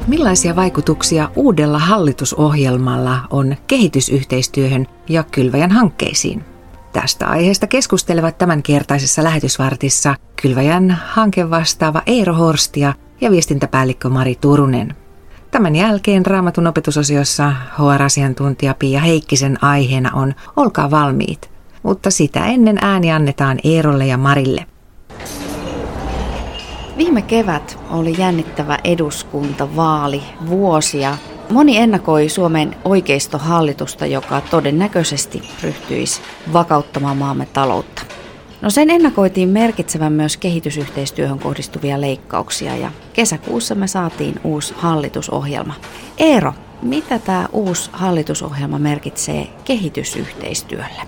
Millaisia vaikutuksia uudella hallitusohjelmalla on kehitysyhteistyöhön ja Kylväjän hankkeisiin? Tästä aiheesta keskustelevat tämänkertaisessa lähetysvartissa Kylväjän hankevastaava Eero Horstia ja viestintäpäällikkö Mari Turunen. Tämän jälkeen Raamatun opetusosiossa HR-asiantuntija Pia Heikkisen aiheena on Olkaa valmiit, mutta sitä ennen ääni annetaan Eerolle ja Marille. Viime kevät oli jännittävä eduskuntavaali vuosia. Moni ennakoi Suomen oikeistohallitusta, joka todennäköisesti ryhtyisi vakauttamaan maamme taloutta. No sen ennakoitiin merkitsevän myös kehitysyhteistyöhön kohdistuvia leikkauksia ja kesäkuussa me saatiin uusi hallitusohjelma. Eero, mitä tämä uusi hallitusohjelma merkitsee kehitysyhteistyölle?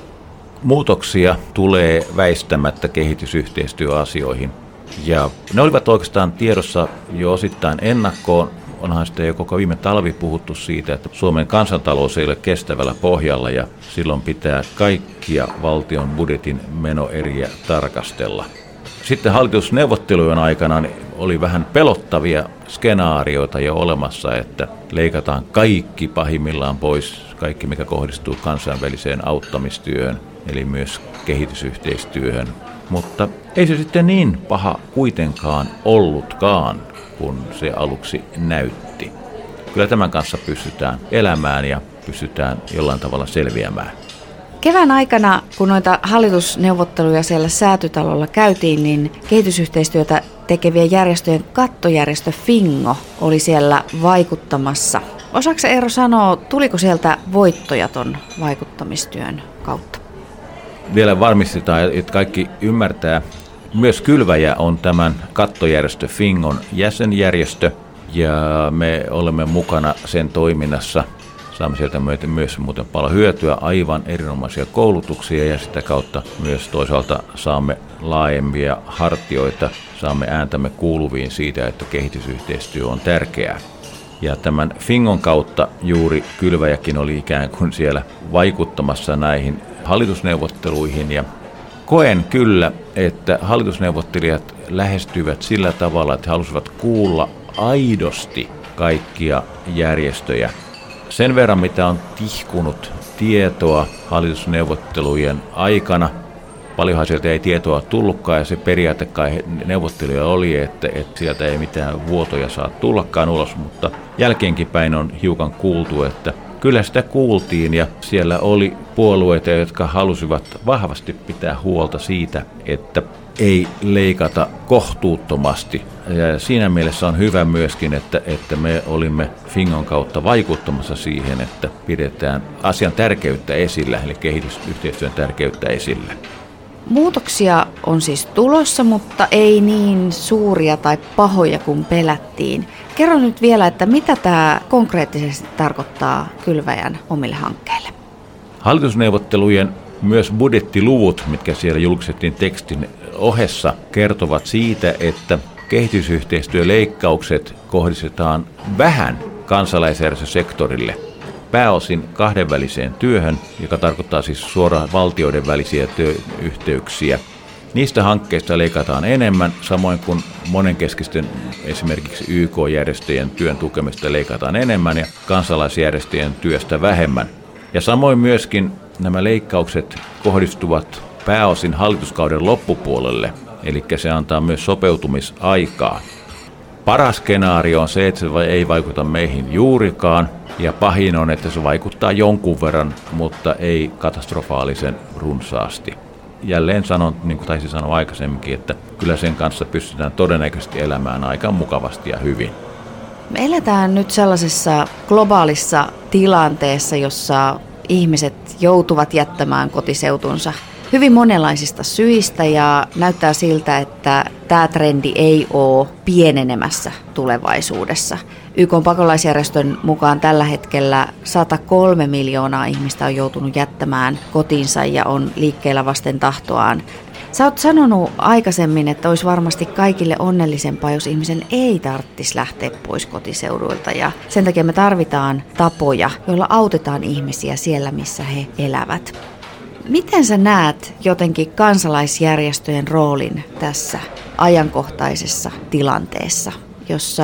Muutoksia tulee väistämättä kehitysyhteistyöasioihin. Ja ne olivat oikeastaan tiedossa jo osittain ennakkoon. Onhan sitten jo koko viime talvi puhuttu siitä, että Suomen kansantalous ei ole kestävällä pohjalla ja silloin pitää kaikkia valtion budjetin menoeriä tarkastella. Sitten hallitusneuvottelujen aikana oli vähän pelottavia skenaarioita jo olemassa, että leikataan kaikki pahimmillaan pois, kaikki mikä kohdistuu kansainväliseen auttamistyöhön, eli myös kehitysyhteistyöhön. Mutta ei se sitten niin paha kuitenkaan ollutkaan, kun se aluksi näytti. Kyllä tämän kanssa pystytään elämään ja pystytään jollain tavalla selviämään. Kevään aikana, kun noita hallitusneuvotteluja siellä Säätytalolla käytiin, niin kehitysyhteistyötä tekevien järjestöjen kattojärjestö Fingo oli siellä vaikuttamassa. Osaatko Eero sanoa, tuliko sieltä voittoja ton vaikuttamistyön kautta? Vielä varmistetaan, että kaikki ymmärtää. Myös Kylväjä on tämän kattojärjestö Fingon jäsenjärjestö ja me olemme mukana sen toiminnassa. Saamme sieltä myös muuten paljon hyötyä, aivan erinomaisia koulutuksia ja sitä kautta myös toisaalta saamme laajempia hartioita, saamme ääntämme kuuluviin siitä, että kehitysyhteistyö on tärkeää. Ja tämän Fingon kautta juuri Kylväjäkin oli ikään kuin siellä vaikuttamassa näihin hallitusneuvotteluihin ja koen kyllä, että hallitusneuvottelijat lähestyivät sillä tavalla, että he halusivat kuulla aidosti kaikkia järjestöjä. Sen verran, mitä on tihkunut tietoa hallitusneuvottelujen aikana, paljonhan sieltä ei tietoa tullutkaan ja se periaate kai neuvotteluja oli, että sieltä ei mitään vuotoja saa tullakaan ulos, mutta jälkeenkin päin on hiukan kuultu, että kyllä sitä kuultiin ja siellä oli puolueita, jotka halusivat vahvasti pitää huolta siitä, että ei leikata kohtuuttomasti. Ja siinä mielessä on hyvä myöskin, että me olimme Fingon kautta vaikuttamassa siihen, että pidetään asian tärkeyttä esillä, eli kehitysyhteistyön tärkeyttä esillä. Muutoksia on siis tulossa, mutta ei niin suuria tai pahoja kuin pelättiin. Kerro nyt vielä, että mitä tämä konkreettisesti tarkoittaa Kylväjän omille hankkeille? Hallitusneuvottelujen myös budjettiluvut, mitkä siellä julkistettiin tekstin ohessa, kertovat siitä, että kehitysyhteistyöleikkaukset kohdistetaan vähän kansalaisjärjestösektorille. Pääosin kahdenväliseen työhön, joka tarkoittaa siis suoraan valtioiden välisiä työyhteyksiä. Niistä hankkeista leikataan enemmän, samoin kuin monenkeskisten esimerkiksi YK-järjestöjen työn tukemista leikataan enemmän ja kansalaisjärjestöjen työstä vähemmän. Ja samoin myöskin nämä leikkaukset kohdistuvat pääosin hallituskauden loppupuolelle, eli se antaa myös sopeutumisaikaa. Paras skenaario on se, että se ei vaikuta meihin juurikaan, ja pahin on, että se vaikuttaa jonkun verran, mutta ei katastrofaalisen runsaasti. Jälleen sanon, niin kuin taisin sanoa aikaisemminkin, että kyllä sen kanssa pystytään todennäköisesti elämään aika mukavasti ja hyvin. Me eletään nyt sellaisessa globaalissa tilanteessa, jossa ihmiset joutuvat jättämään kotiseutunsa hyvin monenlaisista syistä ja näyttää siltä, että tämä trendi ei ole pienenemässä tulevaisuudessa. YK:n pakolaisjärjestön mukaan tällä hetkellä 103 miljoonaa ihmistä on joutunut jättämään kotinsa ja on liikkeellä vasten tahtoaan. Sä oot sanonut aikaisemmin, että olisi varmasti kaikille onnellisempaa, jos ihmisen ei tarvitsisi lähteä pois kotiseuduilta. Ja sen takia me tarvitaan tapoja, joilla autetaan ihmisiä siellä, missä he elävät. Miten sä näet jotenkin kansalaisjärjestöjen roolin tässä ajankohtaisessa tilanteessa, jossa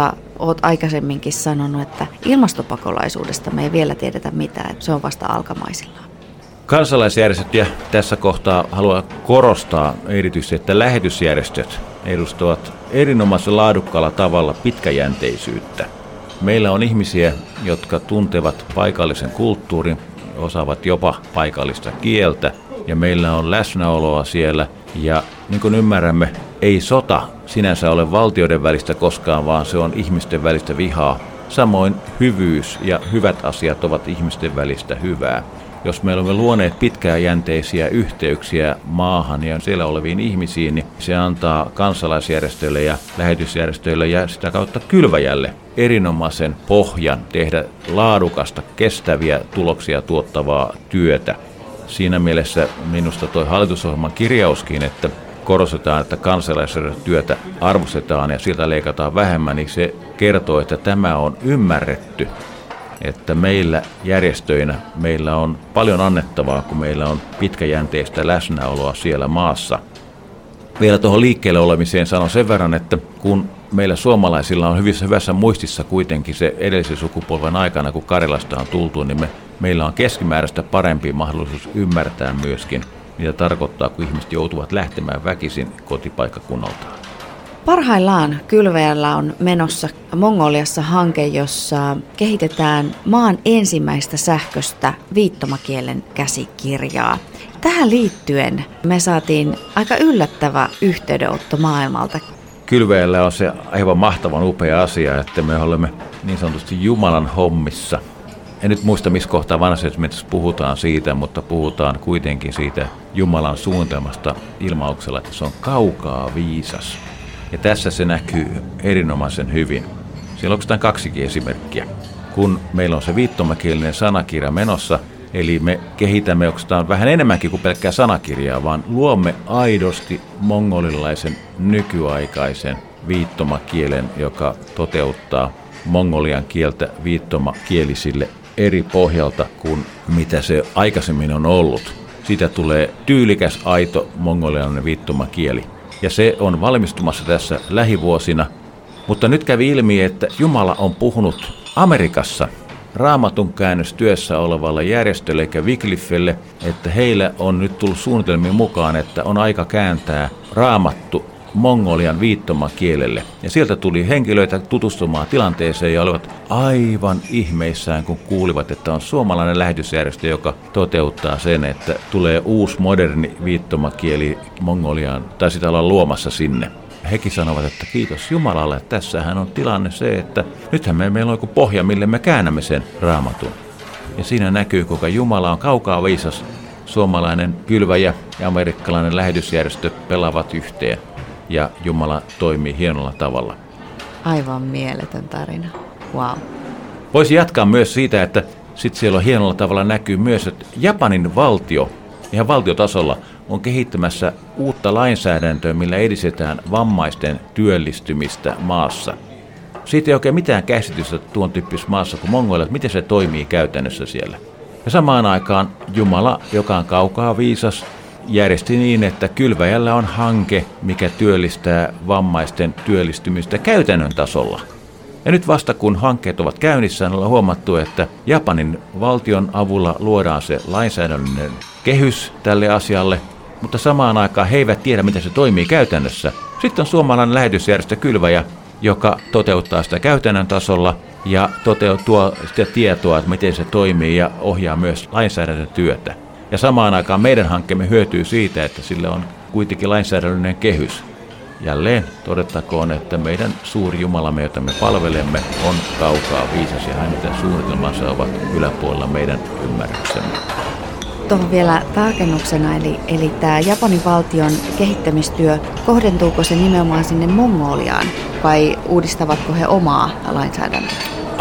oot aikaisemminkin sanonut, että ilmastopakolaisuudesta me ei vielä tiedetä mitään, että se on vasta alkamaisillaan. Kansalaisjärjestöt, ja tässä kohtaa haluan korostaa erityisesti, että lähetysjärjestöt edustavat erinomaisen laadukkaalla tavalla pitkäjänteisyyttä. Meillä on ihmisiä, jotka tuntevat paikallisen kulttuurin, osaavat jopa paikallista kieltä, ja meillä on läsnäoloa siellä. Ja niin kuin ymmärrämme, ei sota sinänsä ole valtioiden välistä koskaan, vaan se on ihmisten välistä vihaa. Samoin hyvyys ja hyvät asiat ovat ihmisten välistä hyvää. Jos me olemme luoneet pitkäjänteisiä yhteyksiä maahan ja siellä oleviin ihmisiin, niin se antaa kansalaisjärjestöille ja lähetysjärjestöille ja sitä kautta Kylväjälle erinomaisen pohjan tehdä laadukasta, kestäviä tuloksia tuottavaa työtä. Siinä mielessä minusta tuo hallitusohjelman kirjauskin, että korostetaan, että kansalaisjärjestötyötä arvostetaan ja siltä leikataan vähemmän, niin se kertoo, että tämä on ymmärretty. Että meillä järjestöinä meillä on paljon annettavaa, kun meillä on pitkäjänteistä läsnäoloa siellä maassa. Vielä tuohon liikkeelle olemiseen sanon sen verran, että kun meillä suomalaisilla on hyvässä muistissa kuitenkin se edellisen sukupolven aikana, kun Karjalasta on tultu, niin meillä on keskimääräistä parempi mahdollisuus ymmärtää myöskin, mitä tarkoittaa, kun ihmiset joutuvat lähtemään väkisin kotipaikkakunnaltaan. Parhaillaan Kylväjällä on menossa Mongoliassa hanke, jossa kehitetään maan ensimmäistä sähköistä viittomakielen käsikirjaa. Tähän liittyen me saatiin aika yllättävä yhteydenotto maailmalta. Kylväjällä on se aivan mahtavan upea asia, että me olemme niin sanotusti Jumalan hommissa. En nyt muista, missä kohtaa vanhassa puhutaan siitä, mutta puhutaan kuitenkin siitä Jumalan suunnitelmasta ilmauksella, että se on kaukaa viisas. Ja tässä se näkyy erinomaisen hyvin. Siellä on oikeastaan kaksikin esimerkkiä. Kun meillä on se viittomakielinen sanakirja menossa, eli me kehitämme oikeastaan vähän enemmänkin kuin pelkkää sanakirjaa, vaan luomme aidosti mongolilaisen nykyaikaisen viittomakielen, joka toteuttaa mongolian kieltä viittomakielisille eri pohjalta kuin mitä se aikaisemmin on ollut. Siitä tulee tyylikäs, aito mongolialainen viittomakieli. Ja se on valmistumassa tässä lähivuosina. Mutta nyt kävi ilmi, että Jumala on puhunut Amerikassa Raamatun käännöstyössä olevalle järjestölle eikä Wycliffelle, että heillä on nyt tullut suunnitelmien mukaan, että on aika kääntää Raamattu mongolian viittomakielelle. Ja sieltä tuli henkilöitä tutustumaan tilanteeseen ja olivat aivan ihmeissään, kun kuulivat, että on suomalainen lähetysjärjestö, joka toteuttaa sen, että tulee uusi moderni viittomakieli Mongoliaan, tai sitä ollaan luomassa sinne. Hekin sanovat, että kiitos Jumalalle, että tässähän on tilanne se, että nythän meillä on joku pohja, mille me käännämme sen Raamatun. Ja siinä näkyy, kuinka Jumala on kaukaa viisas. Suomalainen Kylväjä ja amerikkalainen lähetysjärjestö pelaavat yhteen. Ja Jumala toimii hienolla tavalla. Aivan mieletön tarina. Wow. Voisi jatkaa myös siitä, että sitten siellä on hienolla tavalla näkyy myös, että Japanin valtio, ihan valtiotasolla, on kehittämässä uutta lainsäädäntöä, millä edistetään vammaisten työllistymistä maassa. Siitä ei oikein mitään käsitystä tuon tyyppisessä maassa kuin Mongolia, että miten se toimii käytännössä siellä. Ja samaan aikaan Jumala, joka on kaukaa viisas, järjesti niin, että Kylväjällä on hanke, mikä työllistää vammaisten työllistymistä käytännön tasolla. Ja nyt vasta kun hankkeet ovat käynnissä, on huomattu, että Japanin valtion avulla luodaan se lainsäädännöllinen kehys tälle asialle, mutta samaan aikaan he eivät tiedä, miten se toimii käytännössä. Sitten on suomalainen lähetysjärjestö Kylväjä, joka toteuttaa sitä käytännön tasolla ja tuo sitä tietoa, että miten se toimii ja ohjaa myös lainsäädäntötyötä. Ja samaan aikaan meidän hankkeemme hyötyy siitä, että sillä on kuitenkin lainsäädännöllinen kehys. Jälleen todettakoon, että meidän suuri Jumalamme, jota me palvelemme, on kaukaa viisas ja hänen suunnitelmansa ovat yläpuolella meidän ymmärryksemme. Tuohon vielä tarkennuksena, eli tämä Japanin valtion kehittämistyö, kohdentuuko se nimenomaan sinne Mongoliaan vai uudistavatko he omaa lainsäädäntöä?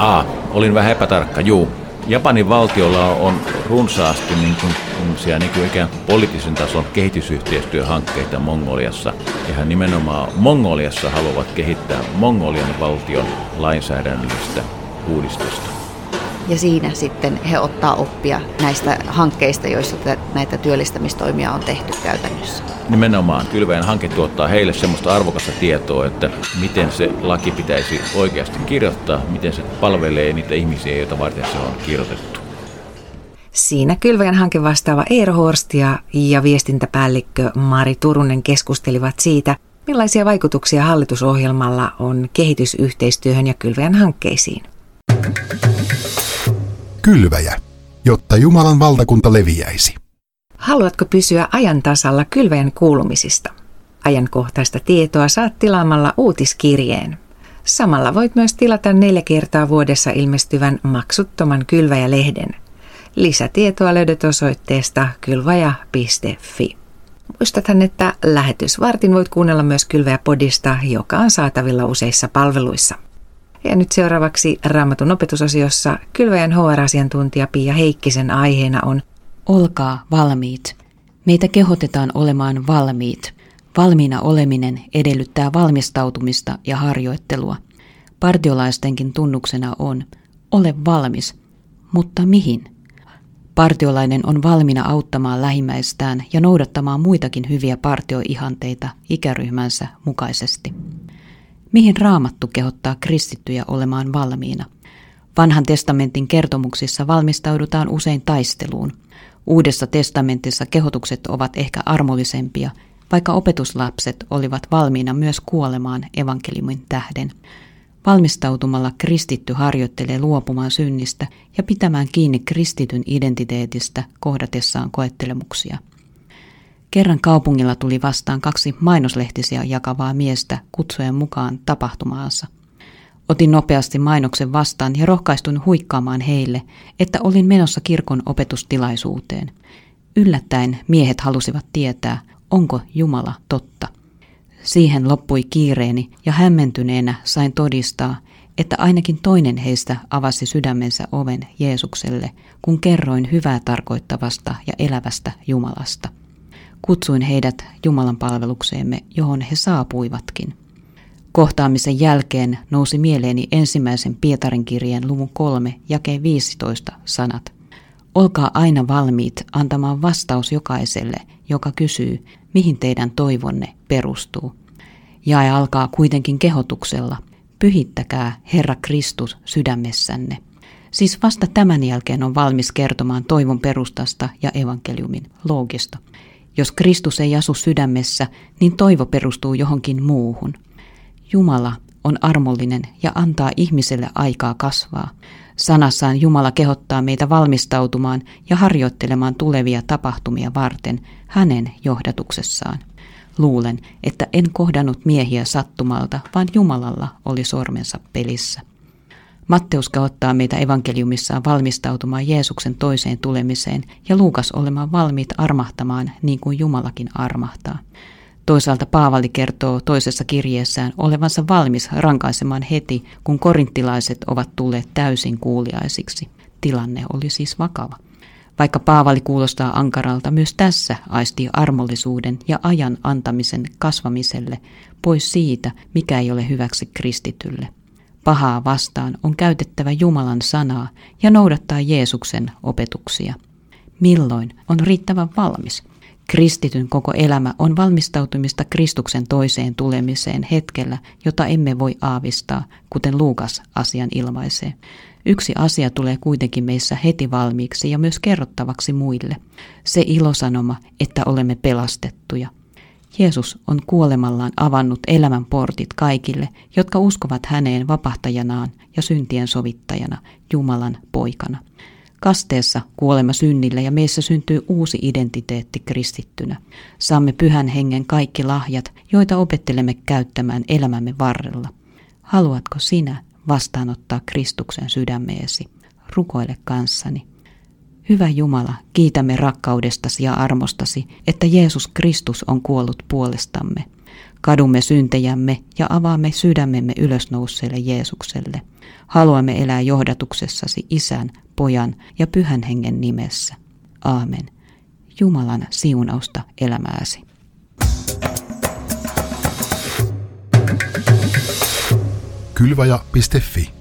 Olin vähän epätarkka, juu. Japanin valtiolla on runsaasti niin kuin ikään kuin poliittisen tason kehitysyhteistyöhankkeita Mongoliassa. Ja he nimenomaan Mongoliassa haluavat kehittää Mongolian valtion lainsäädännöllistä uudistusta. Ja siinä sitten he ottaa oppia näistä hankkeista, joissa näitä työllistämistoimia on tehty käytännössä. Nimenomaan Kylväjän hanke tuottaa heille semmoista arvokasta tietoa, että miten se laki pitäisi oikeasti kirjoittaa, miten se palvelee niitä ihmisiä, joita varten se on kirjoitettu. Siinä Kylväjän hanke vastaava Eero Horst ja viestintäpäällikkö Mari Turunen keskustelivat siitä, millaisia vaikutuksia hallitusohjelmalla on kehitysyhteistyöhön ja Kylväjän hankkeisiin. Kylväjä, jotta Jumalan valtakunta leviäisi. Haluatko pysyä ajan tasalla Kylväjän kuulumisista? Ajankohtaista tietoa saat tilaamalla uutiskirjeen. Samalla voit myös tilata 4 kertaa vuodessa ilmestyvän maksuttoman Kylväjä-lehden. Lisätietoa löydät osoitteesta kylvaja.fi. Muistathan, että lähetysvartin voit kuunnella myös Kylväjä-podista, joka on saatavilla useissa palveluissa. Ja nyt seuraavaksi Raamatun opetusosiossa Kylväjän HR-asiantuntija Pia Heikkisen aiheena on Olkaa valmiit. Meitä kehotetaan olemaan valmiit. Valmiina oleminen edellyttää valmistautumista ja harjoittelua. Partiolaistenkin tunnuksena on, ole valmis, mutta mihin? Partiolainen on valmiina auttamaan lähimmäistään ja noudattamaan muitakin hyviä partioihanteita ikäryhmänsä mukaisesti. Mihin Raamattu kehottaa kristittyjä olemaan valmiina? Vanhan testamentin kertomuksissa valmistaudutaan usein taisteluun. Uudessa testamentissa kehotukset ovat ehkä armollisempia, vaikka opetuslapset olivat valmiina myös kuolemaan evankeliumin tähden. Valmistautumalla kristitty harjoittelee luopumaan synnistä ja pitämään kiinni kristityn identiteetistä kohdatessaan koettelemuksia. Kerran kaupungilla tuli vastaan 2 mainoslehtisiä jakavaa miestä kutsuen mukaan tapahtumaansa. Otin nopeasti mainoksen vastaan ja rohkaistuin huikkaamaan heille, että olin menossa kirkon opetustilaisuuteen. Yllättäen miehet halusivat tietää, onko Jumala totta. Siihen loppui kiireeni ja hämmentyneenä sain todistaa, että ainakin toinen heistä avasi sydämensä oven Jeesukselle, kun kerroin hyvää tarkoittavasta ja elävästä Jumalasta. Kutsuin heidät Jumalan palvelukseemme, johon he saapuivatkin. Kohtaamisen jälkeen nousi mieleeni ensimmäisen Pietarin kirjeen luvun 3 jakeen 15 sanat. Olkaa aina valmiit antamaan vastaus jokaiselle, joka kysyy, mihin teidän toivonne perustuu. Jae alkaa kuitenkin kehotuksella. Pyhittäkää Herra Kristus sydämessänne. Siis vasta tämän jälkeen on valmis kertomaan toivon perustasta ja evankeliumin loogista. Jos Kristus ei asu sydämessä, niin toivo perustuu johonkin muuhun. Jumala on armollinen ja antaa ihmiselle aikaa kasvaa. Sanassaan Jumala kehottaa meitä valmistautumaan ja harjoittelemaan tulevia tapahtumia varten hänen johdatuksessaan. Luulen, että en kohdannut miehiä sattumalta, vaan Jumalalla oli sormensa pelissä. Matteus kehottaa meitä evankeliumissaan valmistautumaan Jeesuksen toiseen tulemiseen ja Luukas olemaan valmiit armahtamaan niin kuin Jumalakin armahtaa. Toisaalta Paavali kertoo toisessa kirjeessään olevansa valmis rankaisemaan heti, kun korinttilaiset ovat tulleet täysin kuuliaisiksi. Tilanne oli siis vakava. Vaikka Paavali kuulostaa ankaralta, myös tässä aistii armollisuuden ja ajan antamisen kasvamiselle pois siitä, mikä ei ole hyväksi kristitylle. Pahaa vastaan on käytettävä Jumalan sanaa ja noudattaa Jeesuksen opetuksia. Milloin on riittävän valmis? Kristityn koko elämä on valmistautumista Kristuksen toiseen tulemiseen hetkellä, jota emme voi aavistaa, kuten Luukas asian ilmaisee. Yksi asia tulee kuitenkin meissä heti valmiiksi ja myös kerrottavaksi muille. Se ilosanoma, että olemme pelastettuja. Jeesus on kuolemallaan avannut elämän portit kaikille, jotka uskovat häneen vapahtajanaan ja syntien sovittajana, Jumalan poikana. Kasteessa kuolema synnille ja meissä syntyy uusi identiteetti kristittynä. Saamme Pyhän Hengen kaikki lahjat, joita opettelemme käyttämään elämämme varrella. Haluatko sinä vastaanottaa Kristuksen sydämeesi? Rukoile kanssani. Hyvä Jumala, kiitämme rakkaudestasi ja armostasi, että Jeesus Kristus on kuollut puolestamme. Kadumme syntejämme ja avaamme sydämemme ylösnousseelle Jeesukselle. Haluamme elää johdatuksessasi Isän, Pojan ja Pyhän Hengen nimessä. Aamen. Jumalan siunausta elämääsi. Kylvaja.fi